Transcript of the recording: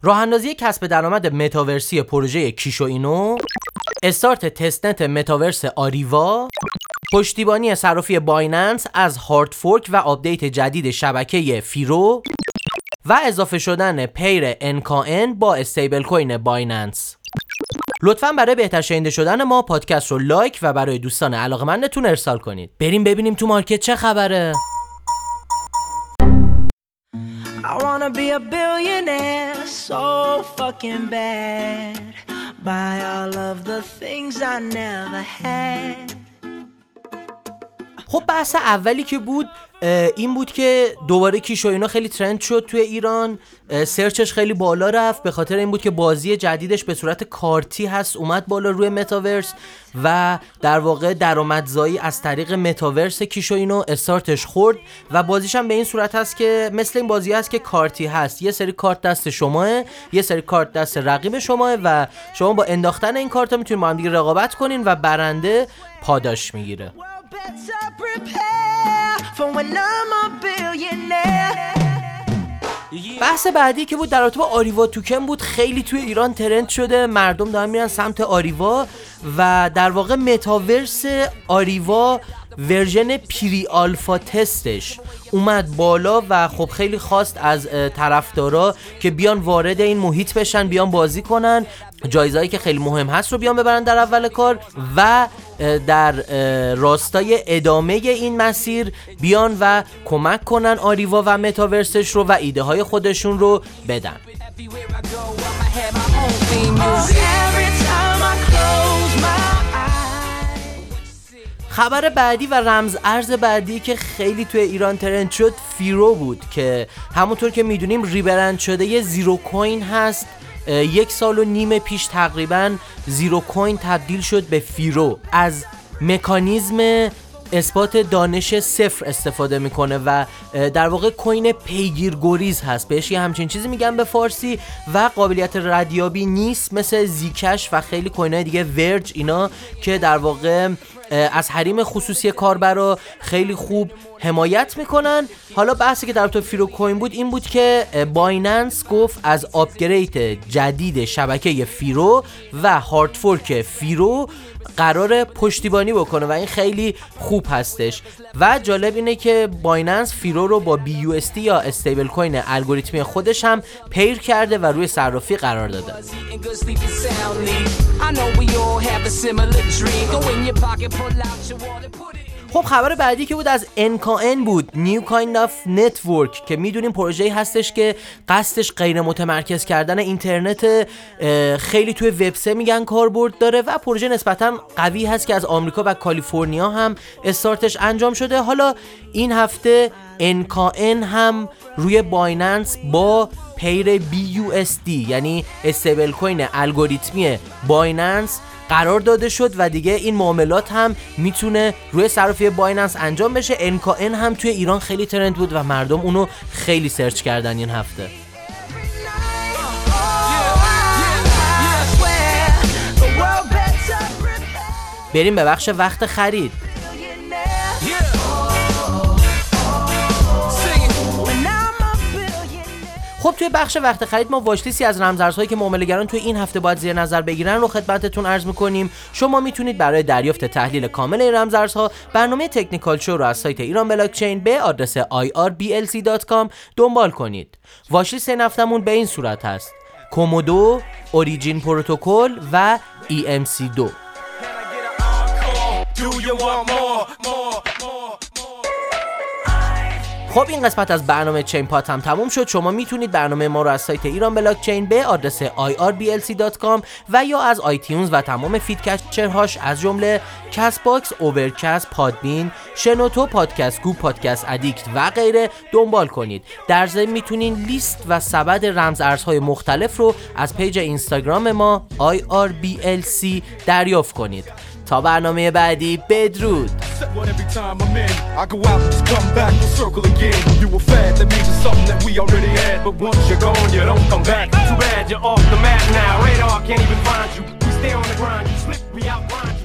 راه اندازی کسب درآمد متاورسی پروژه کیشو اینو، استارت تستنت متاورس آریوا، پشتیبانی صرافی بایننس از هارد فورک و آپدیت جدید شبکه فیرو و اضافه شدن پیر NKN با استیبل کوین بایننس. لطفاً برای بهتر شنیده شدن ما پادکست رو لایک و برای دوستان علاقه‌مندتون ارسال کنید. بریم ببینیم تو مارکت چه خبره. I wanna be a billionaire so fucking bad. Buy all of the things I never had. خب بحث اولی که بود این بود که دوباره کیشو اینا خیلی ترند شد توی ایران، سرچش خیلی بالا رفت، به خاطر این بود که بازی جدیدش به صورت کارتی هست اومد بالا روی متاورس و در واقع درآمدزایی از طریق متاورس کیشو اینو استارتش خورد و بازیش هم به این صورت هست که مثل این بازی هست که کارتی هست، یه سری کارت دست شماه، یه سری کارت دست رقیب شماه و شما با انداختن این کارت ها میتونید با هم دیگه رقابت کنین و برنده پاداش میگیره. بحث بعدی که بود در رابطه با آریوا توکن بود، خیلی توی ایران ترند شده، مردم دارن میرن سمت آریوا و در واقع متاورس آریوا ورژن پری آلفا تستش اومد بالا و خب خیلی خواست از طرفدارا که بیان وارد این محیط بشن، بیان بازی کنن، جایزه‌ای که خیلی مهم هست رو بیان ببرن در اول کار و در راستای ادامه این مسیر بیان و کمک کنن آریوا و متاورسش رو و ایده های خودشون رو بدن. خبر بعدی و رمز ارز بعدی که خیلی توی ایران ترند شد فیرو بود که همونطور که میدونیم ریبرند شده یه زیرو کوین هست. 1.5 سال پیش تقریبا زیرو کوین تبدیل شد به فیرو. از مکانیزم اثبات دانش صفر استفاده میکنه و در واقع کوین پیگیرگریز هست، بهش یه همچین چیزی میگن به فارسی و قابلیت ردیابی نیست مثل زیکش و خیلی کوینای دیگه ورج اینا که در واقع از حریم خصوصی کاربرا خیلی خوب حمایت میکنن. حالا بحثی که در تو فیرو کوین بود این بود که بایننس گفت از آپگرید جدید شبکه فیرو و هارد فورک فیرو قرار پشتیبانی بکنه و این خیلی خوب هستش و جالب اینه که بایننس فیرو رو با BUSD یا استیبل کوین الگوریتمی خودش هم پیر کرده و روی صرافی قرار داده. خب خبر بعدی که بود از NKN بود، New Kind of Network که میدونیم پروژه‌ای هستش که قصدش غیر متمرکز کردن اینترنت، خیلی توی وب 3 میگن کاربرد داره و پروژه نسبتاً قوی هست که از آمریکا و کالیفرنیا هم استارتش انجام شده. حالا این هفته NKN هم روی بایننس با پیر BUSD یعنی استیبل کوین الگوریتمی بایننس قرار داده شد و دیگه این معاملات هم میتونه روی صرافی بایننس انجام بشه. NKN هم توی ایران خیلی ترند بود و مردم اونو خیلی سرچ کردن این هفته. بریم به بخش وقت خرید. خب توی بخش وقت خرید ما واچلیستی از رمزارزهایی که معامله‌گران توی این هفته باید زیر نظر بگیرن رو خدمتتون عرض می‌کنیم. شما میتونید برای دریافت تحلیل کامل این رمزارزها برنامه تکنیکال شو رو از سایت ایران بلاکچین به آدرس irblc.com دنبال کنید. واچلیست این هفتهمون به این صورت هست: کومودو، اوریجین پروتکل و EMC2. خب این قسمت از برنامه چین پات هم تموم شد. شما میتونید برنامه ما رو از سایت ایران بلاکچین به آدرس irblc.com و یا از آیتیونز و تمام فیدکچرهاش از جمله کست باکس، اوورکست، پادبین، شنوتو، پادکست گو، پادکست ادیکت و غیره دنبال کنید. در ضمن میتونین لیست و سبد رمز ارزهای مختلف رو از پیج اینستاگرام ما irblc دریافت کنید. تا برنامه بعدی بدرود. Every time I'm in, I go out and just come back and circle again. You were fad, that means it's something that we already had. But once you're gone, you don't come back. Too bad you're off the map now. Radar can't even find you. We stay on the grind, you slip me out blind.